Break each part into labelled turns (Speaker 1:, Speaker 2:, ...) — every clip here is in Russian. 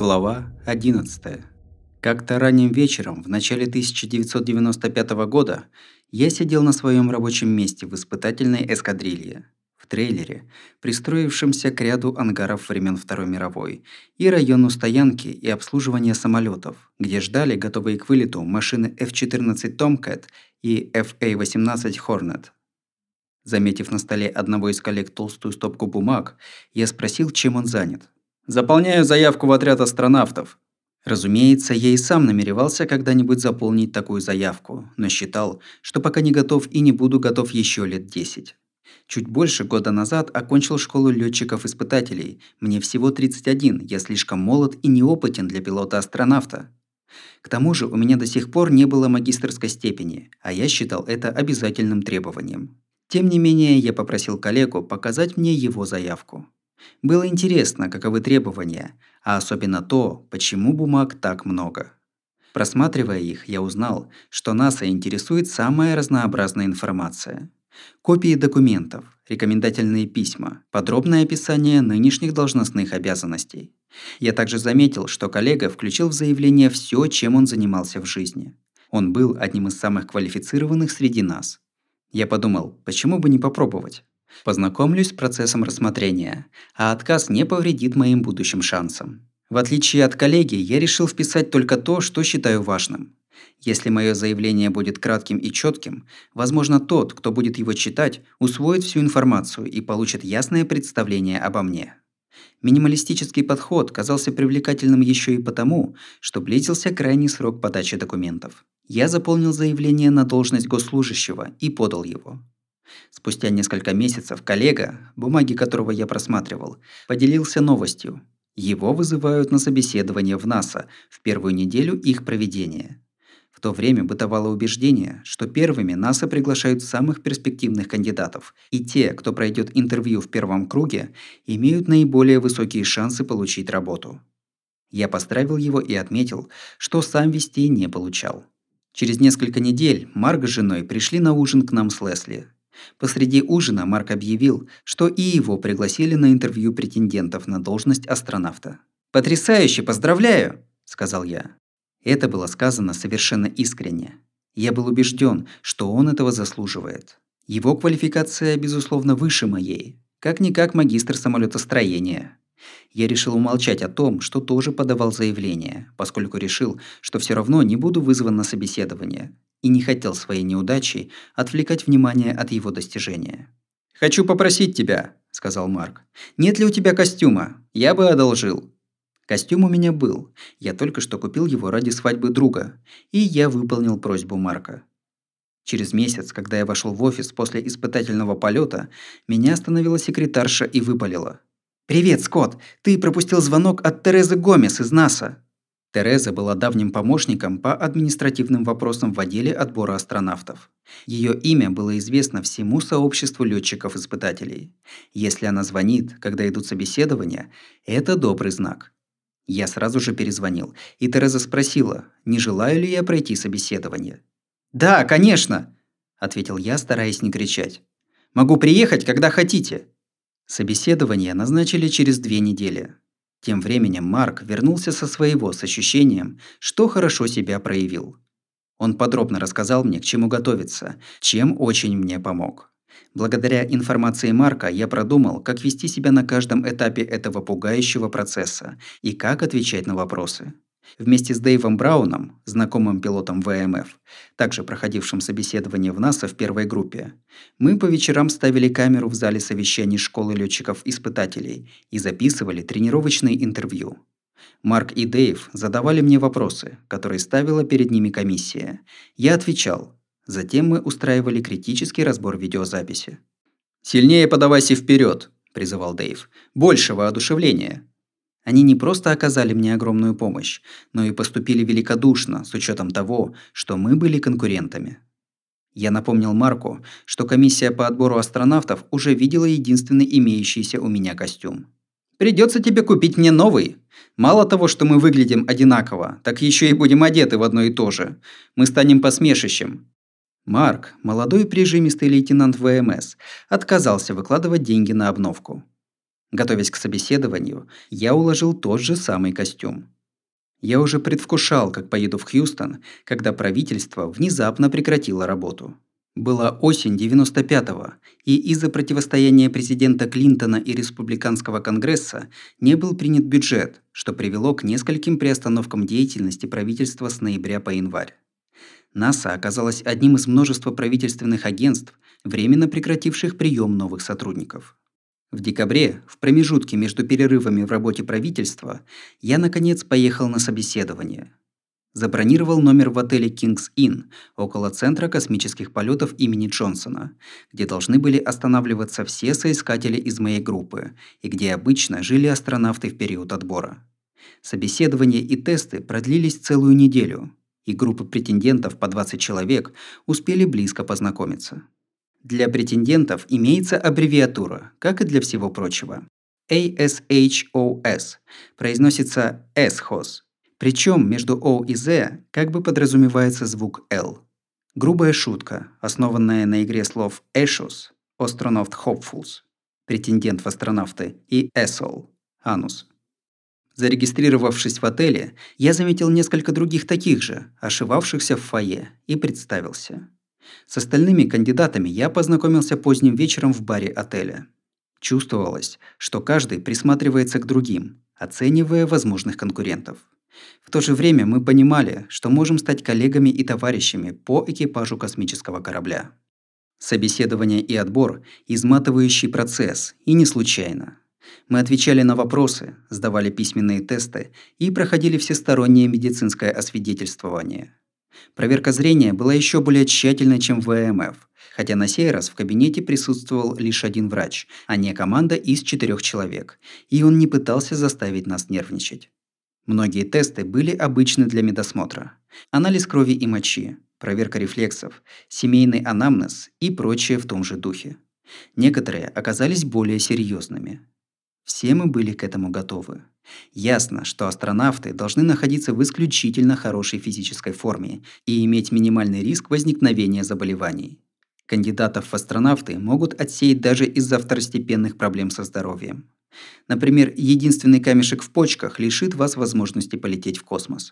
Speaker 1: Глава 11. Как-то ранним вечером в начале 1995 года я сидел на своем рабочем месте в испытательной эскадрилье, в трейлере, пристроившемся к ряду ангаров времен Второй мировой, и району стоянки и обслуживания самолетов, где ждали готовые к вылету машины F-14 Tomcat и FA-18 Hornet. Заметив на столе одного из коллег толстую стопку бумаг, я спросил, чем он занят. «Заполняю заявку в отряд астронавтов». Разумеется, я и сам намеревался когда-нибудь заполнить такую заявку, но считал, что пока не готов и не буду готов еще лет 10. Чуть больше года назад окончил школу летчиков-испытателей. Мне всего 31, я слишком молод и неопытен для пилота-астронавта. К тому же у меня до сих пор не было магистерской степени, а я считал это обязательным требованием. Тем не менее, я попросил коллегу показать мне его заявку. Было интересно, каковы требования, а особенно то, почему бумаг так много. Просматривая их, я узнал, что НАСА интересует самая разнообразная информация. Копии документов, рекомендательные письма, подробное описание нынешних должностных обязанностей. Я также заметил, что коллега включил в заявление все, чем он занимался в жизни. Он был одним из самых квалифицированных среди нас. Я подумал, почему бы не попробовать? Познакомлюсь с процессом рассмотрения, а отказ не повредит моим будущим шансам. В отличие от коллеги, я решил вписать только то, что считаю важным. Если мое заявление будет кратким и четким, возможно, тот, кто будет его читать, усвоит всю информацию и получит ясное представление обо мне. Минималистический подход казался привлекательным еще и потому, что близился крайний срок подачи документов. Я заполнил заявление на должность госслужащего и подал его. Спустя несколько месяцев коллега, бумаги которого я просматривал, поделился новостью. Его вызывают на собеседование в НАСА в первую неделю их проведения. В то время бытовало убеждение, что первыми НАСА приглашают самых перспективных кандидатов, и те, кто пройдет интервью в первом круге, имеют наиболее высокие шансы получить работу. Я поздравил его и отметил, что сам вести не получал. Через несколько недель Марк с женой пришли на ужин к нам с Лесли. Посреди ужина Марк объявил, что и его пригласили на интервью претендентов на должность астронавта. «Потрясающе, поздравляю!» – сказал я. Это было сказано совершенно искренне. Я был убежден, что он этого заслуживает. Его квалификация, безусловно, выше моей. Как-никак магистр самолетостроения. Я решил умолчать о том, что тоже подавал заявление, поскольку решил, что все равно не буду вызван на собеседование, и не хотел своей неудачей отвлекать внимание от его достижения. «Хочу попросить тебя», – сказал Марк. «Нет ли у тебя костюма? Я бы одолжил». Костюм у меня был. Я только что купил его ради свадьбы друга, и я выполнил просьбу Марка. Через месяц, когда я вошел в офис после испытательного полета, меня остановила секретарша и выпалила: «Привет, Скотт! Ты пропустил звонок от Терезы Гомес из НАСА!» Тереза была давним помощником по административным вопросам в отделе отбора астронавтов. Ее имя было известно всему сообществу летчиков-испытателей. Если она звонит, когда идут собеседования, это добрый знак. Я сразу же перезвонил, и Тереза спросила, не желаю ли я пройти собеседование. «Да, конечно!» – ответил я, стараясь не кричать. «Могу приехать, когда хотите!» Собеседование назначили через 2 недели. Тем временем Марк вернулся со своего с ощущением, что хорошо себя проявил. Он подробно рассказал мне, к чему готовиться, чем очень мне помог. Благодаря информации Марка я продумал, как вести себя на каждом этапе этого пугающего процесса и как отвечать на вопросы. Вместе с Дэйвом Брауном, знакомым пилотом ВМФ, также проходившим собеседование в НАСА в первой группе, мы по вечерам ставили камеру в зале совещаний школы летчиков-испытателей и записывали тренировочные интервью. Марк и Дэйв задавали мне вопросы, которые ставила перед ними комиссия. Я отвечал. Затем мы устраивали критический разбор видеозаписи. «Сильнее подавайся вперед!» – призывал Дэйв. «Больше воодушевления!» Они не просто оказали мне огромную помощь, но и поступили великодушно, с учетом того, что мы были конкурентами. Я напомнил Марку, что комиссия по отбору астронавтов уже видела единственный имеющийся у меня костюм. «Придется тебе купить мне новый. Мало того, что мы выглядим одинаково, так еще и будем одеты в одно и то же. Мы станем посмешищем». Марк, молодой прижимистый лейтенант ВМС, отказался выкладывать деньги на обновку. Готовясь к собеседованию, я уложил тот же самый костюм. Я уже предвкушал, как поеду в Хьюстон, когда правительство внезапно прекратило работу. Была осень 95-го, и из-за противостояния президента Клинтона и республиканского конгресса не был принят бюджет, что привело к нескольким приостановкам деятельности правительства с ноября по январь. НАСА оказалась одним из множества правительственных агентств, временно прекративших прием новых сотрудников. В декабре, в промежутке между перерывами в работе правительства, я наконец поехал на собеседование. Забронировал номер в отеле King's Inn около Центра космических полетов имени Джонсона, где должны были останавливаться все соискатели из моей группы и где обычно жили астронавты в период отбора. Собеседования и тесты продлились целую неделю, и группы претендентов по 20 человек успели близко познакомиться. Для претендентов имеется аббревиатура, как и для всего прочего. ASHOS произносится SHOS. Причем между O и Z как бы подразумевается звук L. Грубая шутка, основанная на игре слов Eschus, Astronaut Hopefuls, претендент в астронавты, и Asshole, Анус. Зарегистрировавшись в отеле, я заметил несколько других таких же, ошивавшихся в фойе, и представился. С остальными кандидатами я познакомился поздним вечером в баре отеля. Чувствовалось, что каждый присматривается к другим, оценивая возможных конкурентов. В то же время мы понимали, что можем стать коллегами и товарищами по экипажу космического корабля. Собеседование и отбор – изматывающий процесс, и не случайно. Мы отвечали на вопросы, сдавали письменные тесты и проходили всестороннее медицинское освидетельствование. Проверка зрения была еще более тщательной, чем в ВМФ, хотя на сей раз в кабинете присутствовал лишь один врач, а не команда из 4 человек, и он не пытался заставить нас нервничать. Многие тесты были обычны для медосмотра. Анализ крови и мочи, проверка рефлексов, семейный анамнез и прочее в том же духе. Некоторые оказались более серьезными. Все мы были к этому готовы. Ясно, что астронавты должны находиться в исключительно хорошей физической форме и иметь минимальный риск возникновения заболеваний. Кандидатов в астронавты могут отсеять даже из-за второстепенных проблем со здоровьем. Например, единственный камешек в почках лишит вас возможности полететь в космос.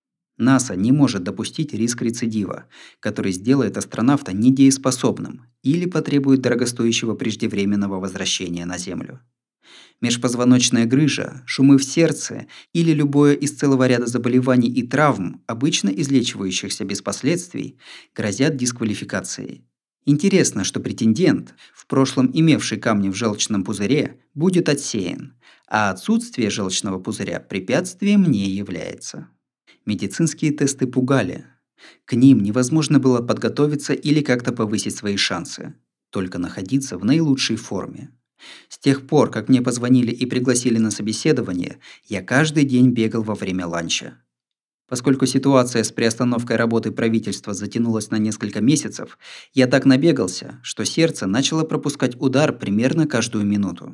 Speaker 1: НАСА не может допустить риск рецидива, который сделает астронавта недееспособным или потребует дорогостоящего преждевременного возвращения на Землю. Межпозвоночная грыжа, шумы в сердце или любое из целого ряда заболеваний и травм, обычно излечивающихся без последствий, грозят дисквалификацией. Интересно, что претендент, в прошлом имевший камни в желчном пузыре, будет отсеян, а отсутствие желчного пузыря препятствием не является. Медицинские тесты пугали. К ним невозможно было подготовиться или как-то повысить свои шансы, только находиться в наилучшей форме. С тех пор, как мне позвонили и пригласили на собеседование, я каждый день бегал во время ланча. Поскольку ситуация с приостановкой работы правительства затянулась на несколько месяцев, я так набегался, что сердце начало пропускать удар примерно каждую минуту.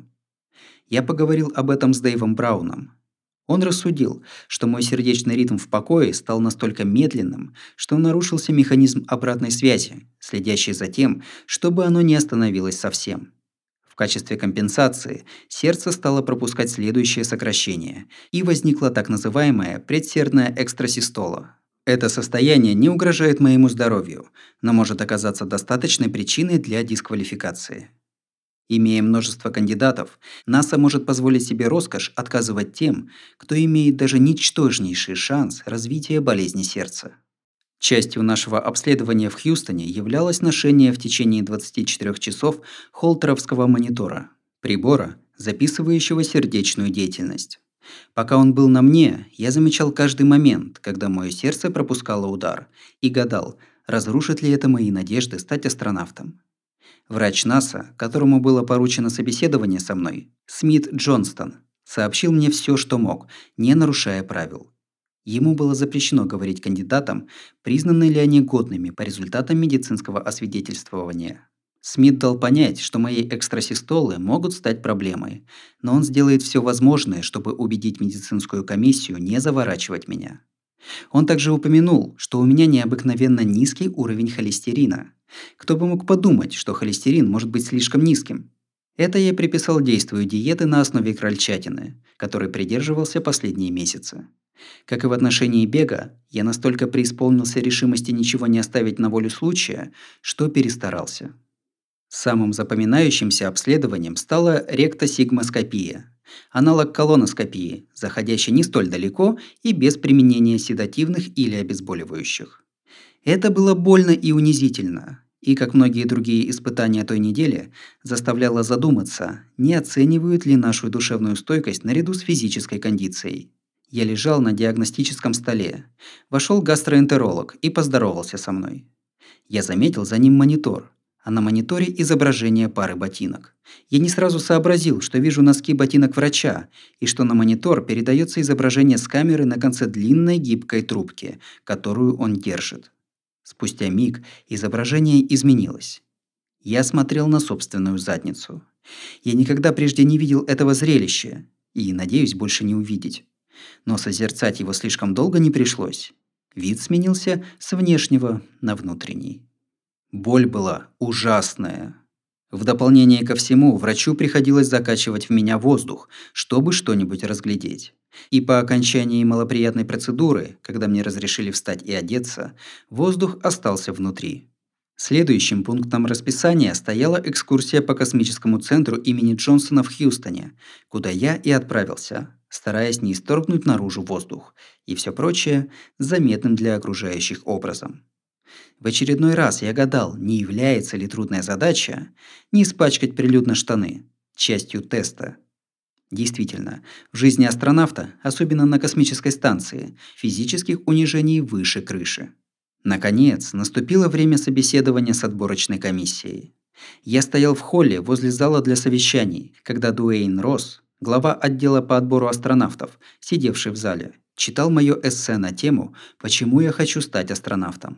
Speaker 1: Я поговорил об этом с Дэйвом Брауном. Он рассудил, что мой сердечный ритм в покое стал настолько медленным, что нарушился механизм обратной связи, следящий за тем, чтобы оно не остановилось совсем. В качестве компенсации сердце стало пропускать следующее сокращение, и возникла так называемая предсердная экстрасистола. Это состояние не угрожает моему здоровью, но может оказаться достаточной причиной для дисквалификации. Имея множество кандидатов, НАСА может позволить себе роскошь отказывать тем, кто имеет даже ничтожнейший шанс развития болезни сердца. Частью нашего обследования в Хьюстоне являлось ношение в течение 24 часов холтеровского монитора, прибора, записывающего сердечную деятельность. Пока он был на мне, я замечал каждый момент, когда мое сердце пропускало удар, и гадал, разрушит ли это мои надежды стать астронавтом. Врач НАСА, которому было поручено собеседование со мной, Смит Джонстон, сообщил мне все, что мог, не нарушая правил. Ему было запрещено говорить кандидатам, признаны ли они годными по результатам медицинского освидетельствования. Смит дал понять, что мои экстрасистолы могут стать проблемой, но он сделает все возможное, чтобы убедить медицинскую комиссию не заворачивать меня. Он также упомянул, что у меня необыкновенно низкий уровень холестерина. Кто бы мог подумать, что холестерин может быть слишком низким? Это я приписал действию диеты на основе крольчатины, которой придерживался последние месяцы. Как и в отношении бега, я настолько преисполнился решимости ничего не оставить на волю случая, что перестарался. Самым запоминающимся обследованием стала ректосигмоскопия, аналог колоноскопии, заходящий не столь далеко и без применения седативных или обезболивающих. Это было больно и унизительно, и, как многие другие испытания той недели, заставляло задуматься, не оценивают ли нашу душевную стойкость наряду с физической кондицией. Я лежал на диагностическом столе. Вошел гастроэнтеролог и поздоровался со мной. Я заметил за ним монитор, а на мониторе изображение пары ботинок. Я не сразу сообразил, что вижу носки ботинок врача, и что на монитор передается изображение с камеры на конце длинной гибкой трубки, которую он держит. Спустя миг изображение изменилось. Я смотрел на собственную задницу. Я никогда прежде не видел этого зрелища и, надеюсь, больше не увидеть. Но созерцать его слишком долго не пришлось. Вид сменился с внешнего на внутренний. Боль была ужасная. В дополнение ко всему, врачу приходилось закачивать в меня воздух, чтобы что-нибудь разглядеть. И по окончании малоприятной процедуры, когда мне разрешили встать и одеться, воздух остался внутри. Следующим пунктом расписания стояла экскурсия по космическому центру имени Джонсона в Хьюстоне, куда я и отправился, стараясь не исторгнуть наружу воздух и все прочее заметным для окружающих образом. В очередной раз я гадал, не является ли трудная задача не испачкать прилюдно штаны частью теста. Действительно, в жизни астронавта, особенно на космической станции, физических унижений выше крыши. Наконец, наступило время собеседования с отборочной комиссией. Я стоял в холле возле зала для совещаний, когда Дуэйн Росс, глава отдела по отбору астронавтов, сидевший в зале, читал мое эссе на тему «Почему я хочу стать астронавтом?».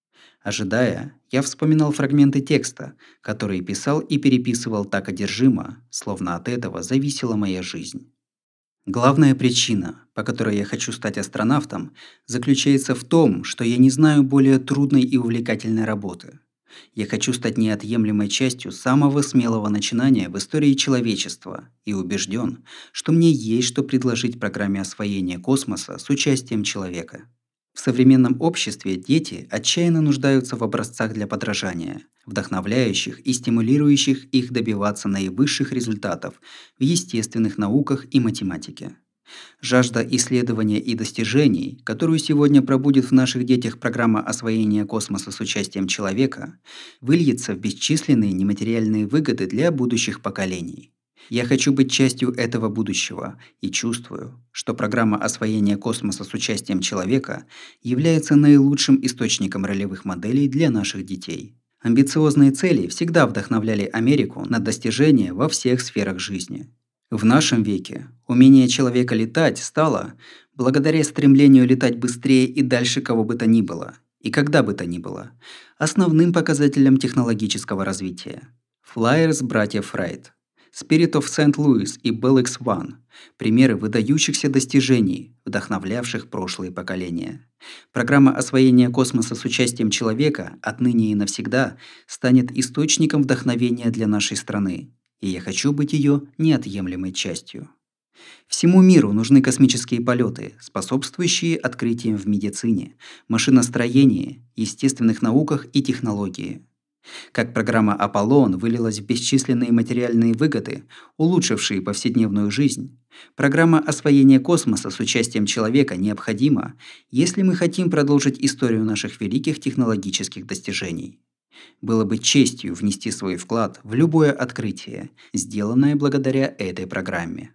Speaker 1: Ожидая, я вспоминал фрагменты текста, которые писал и переписывал так одержимо, словно от этого зависела моя жизнь. Главная причина, по которой я хочу стать астронавтом, заключается в том, что я не знаю более трудной и увлекательной работы. Я хочу стать неотъемлемой частью самого смелого начинания в истории человечества и убежден, что мне есть что предложить программе освоения космоса с участием человека. В современном обществе дети отчаянно нуждаются в образцах для подражания, вдохновляющих и стимулирующих их добиваться наивысших результатов в естественных науках и математике. Жажда исследования и достижений, которую сегодня пробудит в наших детях программа освоения космоса с участием человека, выльется в бесчисленные нематериальные выгоды для будущих поколений. Я хочу быть частью этого будущего и чувствую, что программа освоения космоса с участием человека является наилучшим источником ролевых моделей для наших детей. Амбициозные цели всегда вдохновляли Америку на достижения во всех сферах жизни. В нашем веке умение человека летать стало, благодаря стремлению летать быстрее и дальше кого бы то ни было, и когда бы то ни было, основным показателем технологического развития. Flyers братьев Райт, Spirit of St. Louis и Bell X-1 – примеры выдающихся достижений, вдохновлявших прошлые поколения. Программа освоения космоса с участием человека отныне и навсегда станет источником вдохновения для нашей страны, и я хочу быть ее неотъемлемой частью. Всему миру нужны космические полеты, способствующие открытиям в медицине, машиностроении, естественных науках и технологии. Как программа «Аполлон» вылилась в бесчисленные материальные выгоды, улучшившие повседневную жизнь, программа освоения космоса с участием человека необходима, если мы хотим продолжить историю наших великих технологических достижений. Было бы честью внести свой вклад в любое открытие, сделанное благодаря этой программе.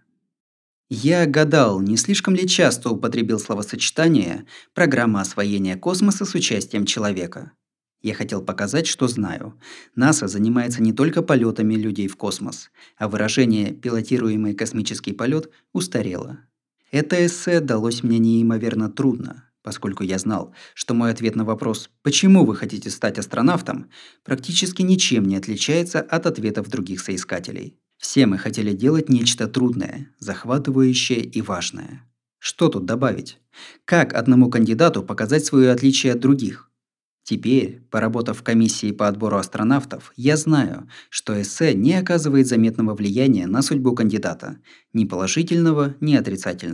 Speaker 1: Я гадал, не слишком ли часто употребил словосочетание «программа освоения космоса с участием человека». Я хотел показать, что знаю. НАСА занимается не только полетами людей в космос, а выражение «пилотируемый космический полет» устарело. Это эссе далось мне неимоверно трудно, поскольку я знал, что мой ответ на вопрос «Почему вы хотите стать астронавтом?» практически ничем не отличается от ответов других соискателей. Все мы хотели делать нечто трудное, захватывающее и важное. Что тут добавить? Как одному кандидату показать свое отличие от других? Теперь, поработав в комиссии по отбору астронавтов, я знаю, что эссе не оказывает заметного влияния на судьбу кандидата, ни положительного, ни отрицательного.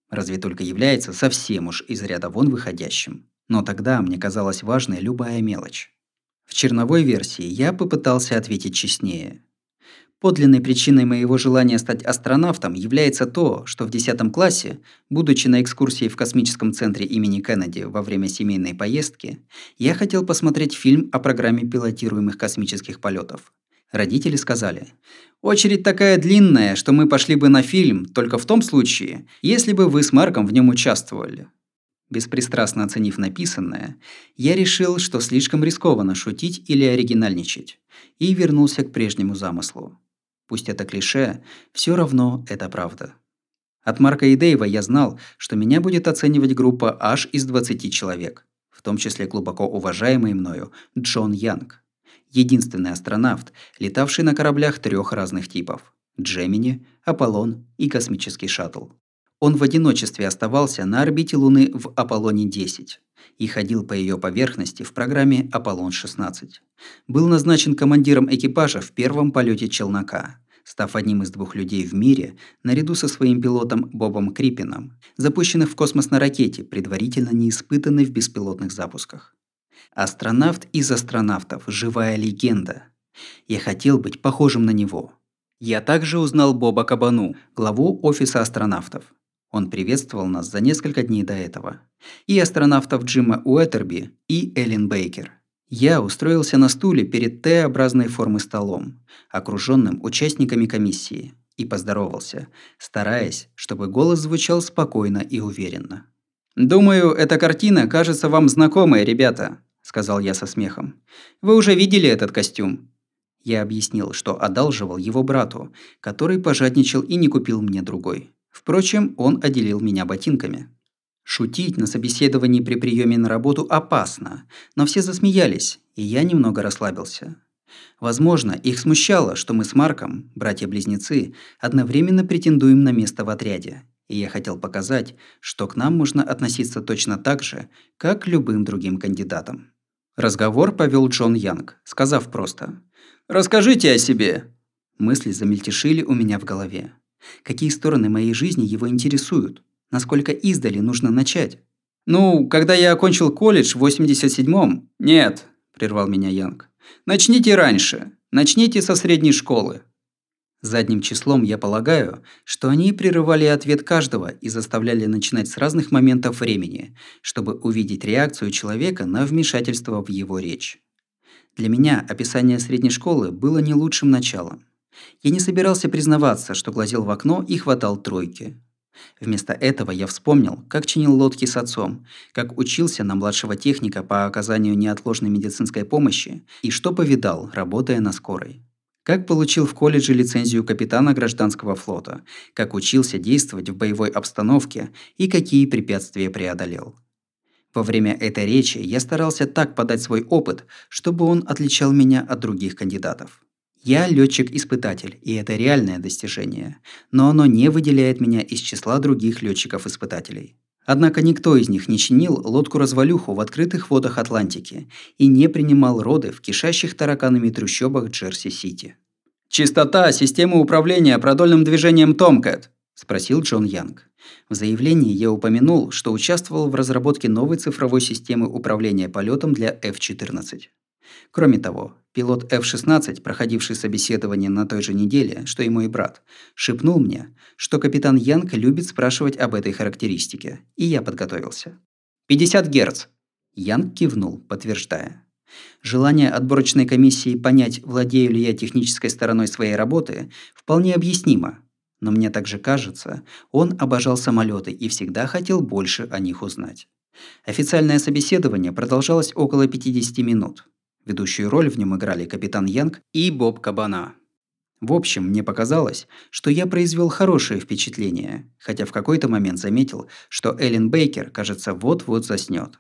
Speaker 1: Разве только является совсем уж из ряда вон выходящим. Но тогда мне казалась важной любая мелочь. В черновой версии я попытался ответить честнее. Подлинной причиной моего желания стать астронавтом является то, что в 10 классе, будучи на экскурсии в космическом центре имени Кеннеди во время семейной поездки, я хотел посмотреть фильм о программе пилотируемых космических полетов. Родители сказали: «Очередь такая длинная, что мы пошли бы на фильм только в том случае, если бы вы с Марком в нем участвовали». Беспристрастно оценив написанное, я решил, что слишком рискованно шутить или оригинальничать, и вернулся к прежнему замыслу. Пусть это клише, все равно это правда. От Марка и Дэйва я знал, что меня будет оценивать группа аж из 20 человек, в том числе глубоко уважаемый мною Джон Янг. Единственный астронавт, летавший на кораблях 3 разных типов – Джемини, Аполлон и космический шаттл. Он в одиночестве оставался на орбите Луны в Аполлоне-10 и ходил по ее поверхности в программе Аполлон-16. Был назначен командиром экипажа в первом полете челнока, став одним из 2 людей в мире, наряду со своим пилотом Бобом Криппином, запущенных в космос на ракете, предварительно не испытанной в беспилотных запусках. Астронавт из астронавтов – живая легенда. Я хотел быть похожим на него. Я также узнал Боба Кабану, главу офиса астронавтов. Он приветствовал нас за несколько дней до этого. И астронавтов Джима Уэттерби и Эллен Бейкер. Я устроился на стуле перед Т-образной формы столом, окруженным участниками комиссии, и поздоровался, стараясь, чтобы голос звучал спокойно и уверенно. «Думаю, эта картина кажется вам знакомой, ребята», – сказал я со смехом. «Вы уже видели этот костюм?» Я объяснил, что одалживал его брату, который пожадничал и не купил мне другой. Впрочем, он отделил меня ботинками. Шутить на собеседовании при приеме на работу опасно, но все засмеялись, и я немного расслабился. Возможно, их смущало, что мы с Марком, братья-близнецы, одновременно претендуем на место в отряде, и я хотел показать, что к нам можно относиться точно так же, как к любым другим кандидатам. Разговор повел Джон Янг, сказав просто: «Расскажите о себе». Мысли замельтешили у меня в голове. Какие стороны моей жизни его интересуют? Насколько издали нужно начать? «Ну, когда я окончил колледж в 87-м...» «Нет», – прервал меня Янг. «Начните раньше. Начните со средней школы». Задним числом я полагаю, что они прерывали ответ каждого и заставляли начинать с разных моментов времени, чтобы увидеть реакцию человека на вмешательство в его речь. Для меня описание средней школы было не лучшим началом. Я не собирался признаваться, что глазел в окно и хватал тройки. Вместо этого я вспомнил, как чинил лодки с отцом, как учился на младшего техника по оказанию неотложной медицинской помощи и что повидал, работая на скорой. Как получил в колледже лицензию капитана гражданского флота, как учился действовать в боевой обстановке и какие препятствия преодолел. Во время этой речи я старался так подать свой опыт, чтобы он отличал меня от других кандидатов. Я летчик-испытатель, и это реальное достижение, но оно не выделяет меня из числа других летчиков-испытателей. Однако никто из них не чинил лодку-развалюху в открытых водах Атлантики и не принимал роды в кишащих тараканами трущобах Джерси-Сити. «Частота системы управления продольным движением Tomcat?» – спросил Джон Янг. В заявлении я упомянул, что участвовал в разработке новой цифровой системы управления полетом для F-14. Кроме того, пилот F-16, проходивший собеседование на той же неделе, что и мой брат, шепнул мне, что капитан Янг любит спрашивать об этой характеристике, и я подготовился. 50 Гц. Янг кивнул, подтверждая. Желание отборочной комиссии понять, владею ли я технической стороной своей работы, вполне объяснимо. Но мне также кажется, он обожал самолеты и всегда хотел больше о них узнать. Официальное собеседование продолжалось около 50 минут. Ведущую роль в нем играли капитан Янг и Боб Кабана. В общем, мне показалось, что я произвел хорошее впечатление, хотя в какой-то момент заметил, что Эллен Бейкер, кажется, вот-вот заснет.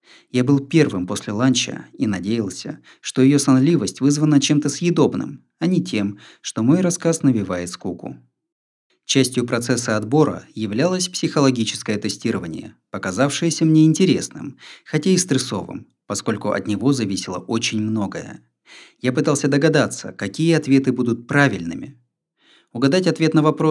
Speaker 1: Я был первым после ланча и надеялся, что ее сонливость вызвана чем-то съедобным, а не тем, что мой рассказ навевает скуку. Частью процесса отбора являлось психологическое тестирование, показавшееся мне интересным, хотя и стрессовым, поскольку от него зависело очень многое. Я пытался догадаться, какие ответы будут правильными. Угадать ответ на вопрос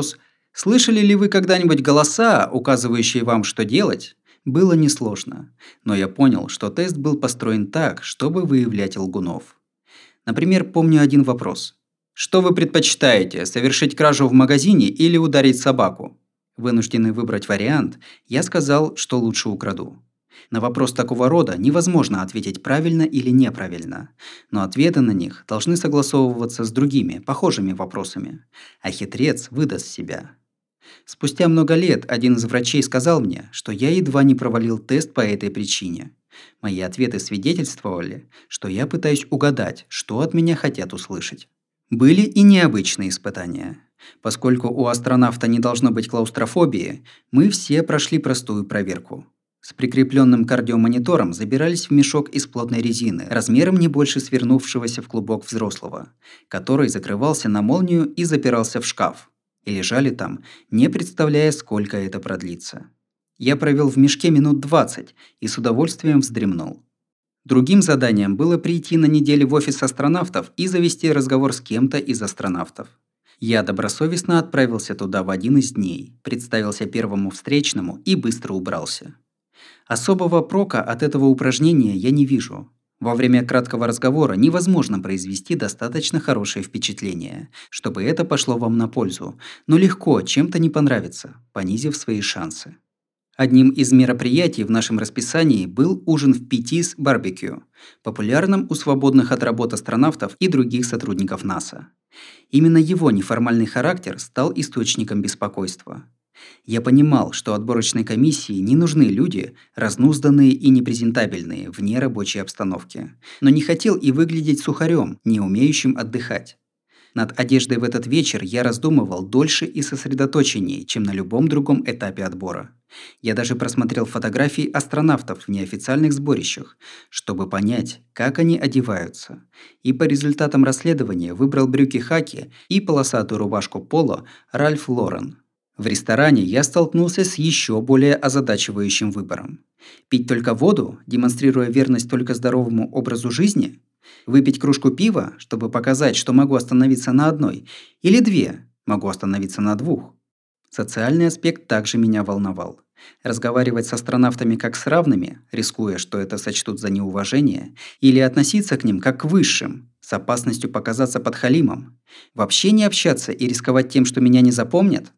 Speaker 1: Слышали ли вы когда-нибудь голоса, указывающие вам, что делать? Было несложно, но я понял, что тест был построен так, чтобы выявлять лгунов. Например, помню один вопрос. Что вы предпочитаете, совершить кражу в магазине или ударить собаку? Вынужденный выбрать вариант, я сказал, что лучше украду. На вопрос такого рода невозможно ответить правильно или неправильно, но ответы на них должны согласовываться с другими, похожими вопросами, а хитрец выдаст себя. Спустя много лет один из врачей сказал мне, что я едва не провалил тест по этой причине. Мои ответы свидетельствовали, что я пытаюсь угадать, что от меня хотят услышать. Были и необычные испытания. Поскольку у астронавта не должно быть клаустрофобии, мы все прошли простую проверку. С прикрепленным кардиомонитором забирались в мешок из плотной резины, размером не больше свернувшегося в клубок взрослого, который закрывался на молнию и запирался в шкаф. И лежали там, не представляя, сколько это продлится. Я провел в мешке минут 20 и с удовольствием вздремнул. Другим заданием было прийти на неделю в офис астронавтов и завести разговор с кем-то из астронавтов. Я добросовестно отправился туда в один из дней, представился первому встречному и быстро убрался. Особого прока от этого упражнения я не вижу. Во время краткого разговора невозможно произвести достаточно хорошее впечатление, чтобы это пошло вам на пользу, но легко чем-то не понравится, понизив свои шансы. Одним из мероприятий в нашем расписании был ужин в Питис барбекю, популярным у свободных от работ астронавтов и других сотрудников НАСА. Именно его неформальный характер стал источником беспокойства. Я понимал, что отборочной комиссии не нужны люди, разнузданные и непрезентабельные вне рабочей обстановки, но не хотел и выглядеть сухарем, не умеющим отдыхать. Над одеждой в этот вечер я раздумывал дольше и сосредоточеннее, чем на любом другом этапе отбора. Я даже просмотрел фотографии астронавтов в неофициальных сборищах, чтобы понять, как они одеваются. И по результатам расследования выбрал брюки-хаки и полосатую рубашку поло Ральф Лорен. В ресторане я столкнулся с еще более озадачивающим выбором. Пить только воду, демонстрируя верность только здоровому образу жизни? Выпить кружку пива, чтобы показать, что могу остановиться на одной, или две, могу остановиться на двух? Социальный аспект также меня волновал. Разговаривать с астронавтами как с равными, рискуя, что это сочтут за неуважение, или относиться к ним как к высшим, с опасностью показаться подхалимом? Вообще не общаться и рисковать тем, что меня не запомнят?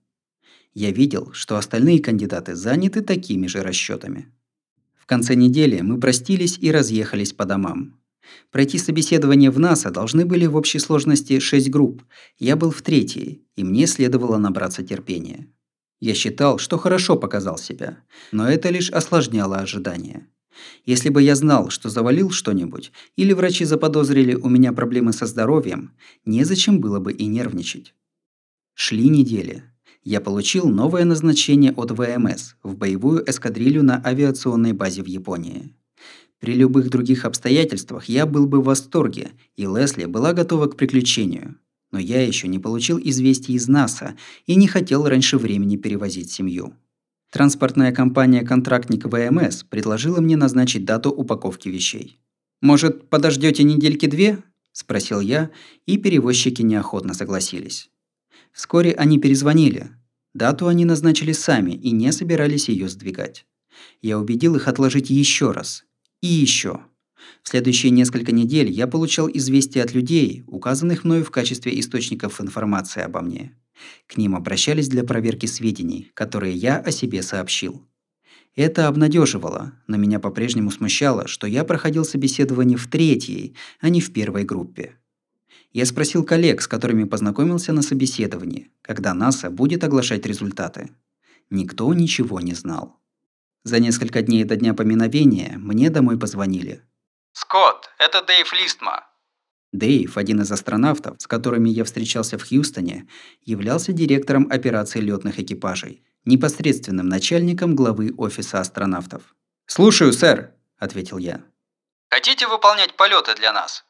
Speaker 1: Я видел, что остальные кандидаты заняты такими же расчетами. В конце недели мы простились и разъехались по домам. Пройти собеседование в НАСА должны были в общей сложности 6 групп. Я был в 3-й, и мне следовало набраться терпения. Я считал, что хорошо показал себя, но это лишь осложняло ожидания. Если бы я знал, что завалил что-нибудь, или врачи заподозрили у меня проблемы со здоровьем, незачем было бы и нервничать. Шли недели. Я получил новое назначение от ВМС в боевую эскадрилью на авиационной базе в Японии. При любых других обстоятельствах я был бы в восторге, и Лесли была готова к приключению. Но я еще не получил известий из НАСА и не хотел раньше времени перевозить семью. Транспортная компания-контрактник ВМС предложила мне назначить дату упаковки вещей. «Может, подождете недельки-две?» – спросил я, и перевозчики неохотно согласились. Вскоре они перезвонили. Дату они назначили сами и не собирались ее сдвигать. Я убедил их отложить еще раз. И еще. В следующие несколько недель я получал известия от людей, указанных мною в качестве источников информации обо мне. К ним обращались для проверки сведений, которые я о себе сообщил. Это обнадеживало, но меня по-прежнему смущало, что я проходил собеседование в 3-й, а не в 1-й группе. Я спросил коллег, с которыми познакомился на собеседовании, когда НАСА будет оглашать результаты. Никто ничего не знал. За несколько дней до дня поминовения мне домой позвонили. «Скотт, это Дэйв Листма». Дэйв, один из астронавтов, с которыми я встречался в Хьюстоне, являлся директором операций летных экипажей, непосредственным начальником главы офиса астронавтов. «Слушаю, сэр», – ответил я. «Хотите выполнять полеты для нас?»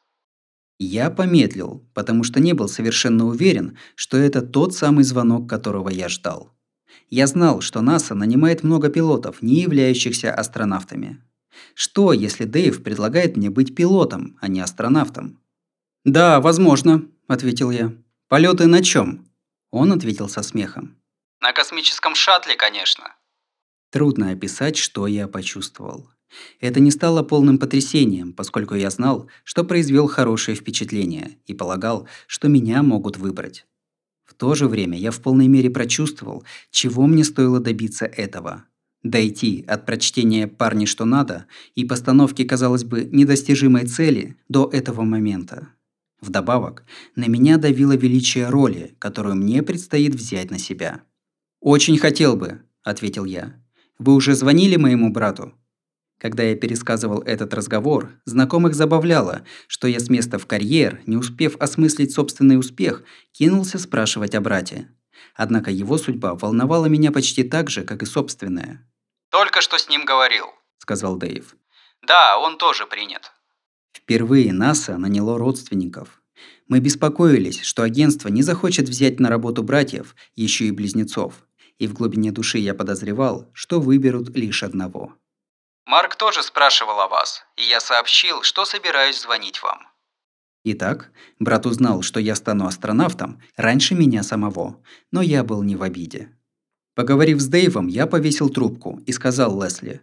Speaker 1: Я помедлил, потому что не был совершенно уверен, что это тот самый звонок, которого я ждал. Я знал, что НАСА нанимает много пилотов, не являющихся астронавтами. Что, если Дэйв предлагает мне быть пилотом, а не астронавтом? «Да, возможно», – ответил я. «Полеты на чем?» Он ответил со смехом. На космическом шаттле, конечно. Трудно описать, что я почувствовал. Это не стало полным потрясением, поскольку я знал, что произвел хорошее впечатление и полагал, что меня могут выбрать. В то же время я в полной мере прочувствовал, чего мне стоило добиться этого. Дойти от прочтения «Парни, что надо» и постановки, казалось бы, недостижимой цели до этого момента. Вдобавок, на меня давило величие роли, которую мне предстоит взять на себя. «Очень хотел бы», – ответил я. «Вы уже звонили моему брату?» Когда я пересказывал этот разговор, знакомых забавляло, что я с места в карьер, не успев осмыслить собственный успех, кинулся спрашивать о брате. Однако его судьба волновала меня почти так же, как и собственная. «Только что с ним говорил», – сказал Дэйв. «Да, он тоже принят». Впервые НАСА наняло родственников. Мы беспокоились, что агентство не захочет взять на работу братьев, еще и близнецов, и в глубине души я подозревал, что выберут лишь одного. «Марк тоже спрашивал о вас, и я сообщил, что собираюсь звонить вам». Итак, брат узнал, что я стану астронавтом раньше меня самого, но я был не в обиде. Поговорив с Дэйвом, я повесил трубку и сказал Лесли: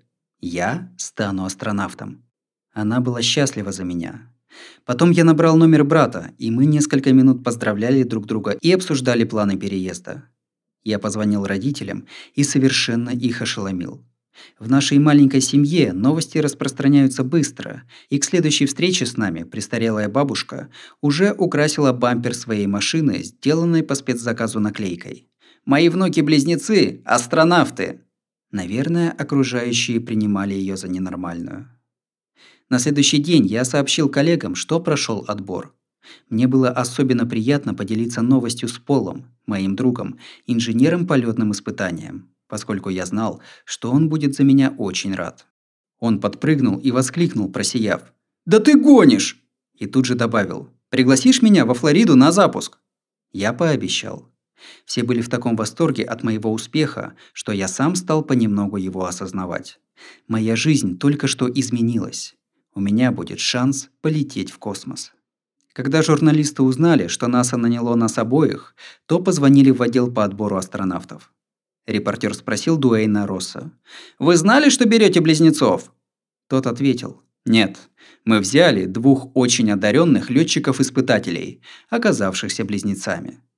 Speaker 1: «Я стану астронавтом». Она была счастлива за меня. Потом я набрал номер брата, и мы несколько минут поздравляли друг друга и обсуждали планы переезда. Я позвонил родителям и совершенно их ошеломил. В нашей маленькой семье новости распространяются быстро, и к следующей встрече с нами престарелая бабушка уже украсила бампер своей машины, сделанной по спецзаказу наклейкой: «Мои внуки-близнецы – астронавты!». Наверное, окружающие принимали ее за ненормальную. На следующий день я сообщил коллегам, что прошел отбор. Мне было особенно приятно поделиться новостью с Полом, моим другом, инженером полетным испытанием, поскольку я знал, что он будет за меня очень рад. Он подпрыгнул и воскликнул, просияв: «Да ты гонишь!» И тут же добавил: «Пригласишь меня во Флориду на запуск?» Я пообещал. Все были в таком восторге от моего успеха, что я сам стал понемногу его осознавать. Моя жизнь только что изменилась. У меня будет шанс полететь в космос. Когда журналисты узнали, что НАСА наняло нас обоих, то позвонили в отдел по отбору астронавтов. Репортер спросил Дуэйна Росса: «Вы знали, что берете близнецов?» Тот ответил: «Нет, мы взяли двух очень одаренных летчиков-испытателей, оказавшихся близнецами».